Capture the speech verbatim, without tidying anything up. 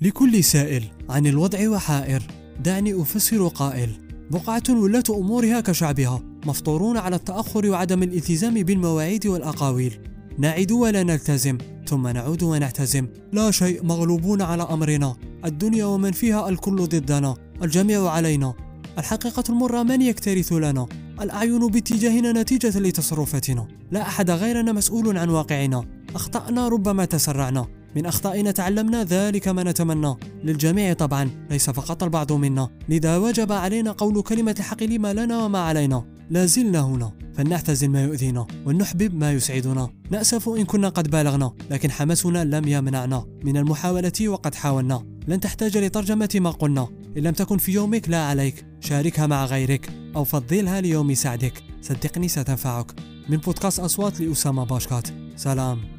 لكل سائل عن الوضع وحائر، دعني أفسر قائل: بقعة ولاة أمورها كشعبها، مفطورون على التأخر وعدم الالتزام بالمواعيد والأقاويل. نعد ولا نلتزم، ثم نعود ونعتزم. لا شيء، مغلوبون على أمرنا. الدنيا ومن فيها، الكل ضدنا، الجميع علينا. الحقيقة المرة من يكترث لنا؟ الأعين باتجاهنا نتيجة لتصرفاتنا. لا أحد غيرنا مسؤول عن واقعنا. أخطأنا، ربما تسرعنا. من أخطائنا تعلمنا، ذلك ما نتمنى للجميع طبعا، ليس فقط البعض منا. لذا وجب علينا قول كلمة الحق لما لنا وما علينا. لا زلنا هنا، فلنعتزل ما يؤذينا ولنحبب ما يسعدنا. نأسف إن كنا قد بالغنا، لكن حماسنا لم يمنعنا من المحاولة وقد حاولنا. لن تحتاج لترجمة ما قلنا. إن لم تكن في يومك، لا عليك، شاركها مع غيرك أو فضلها ليوم سعدك. صدقني ستنفعك. من بودكاست أصوات لأسامة باشكات. سلام.